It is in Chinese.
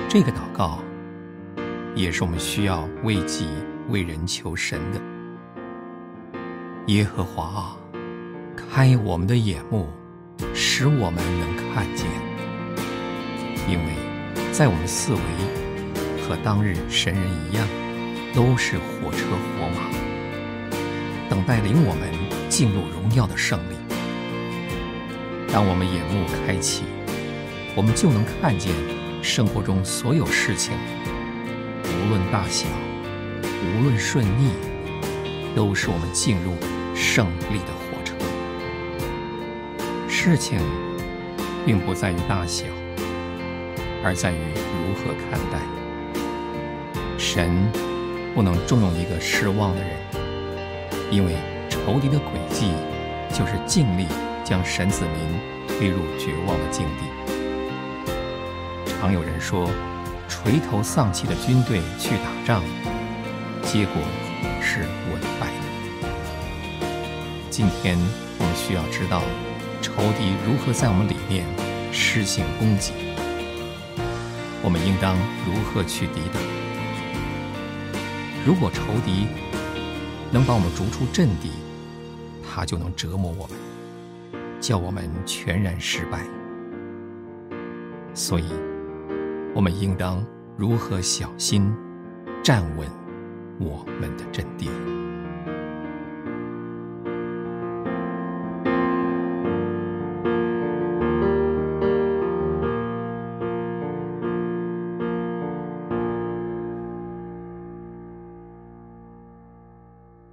这个祷告也是我们需要为己为人求神的。耶和华啊，开我们的眼目，使我们能看见。因为在我们四围和当日神人一样，都是火车火马，等待领我们进入荣耀的胜利。当我们眼目开启，我们就能看见生活中所有事情，无论大小，无论顺逆，都是我们进入胜利的火车。事情并不在于大小，而在于如何看待。神不能重用一个失望的人，因为仇敌的诡计就是尽力将神子民推入绝望的境地。常有人说，垂头丧气的军队去打仗，结果是稳败的。今天我们需要知道仇敌如何在我们里面施行攻击，我们应当如何去抵挡。如果仇敌能把我们逐出阵地，他就能折磨我们，叫我们全然失败。所以我们应当如何小心站稳我们的阵地。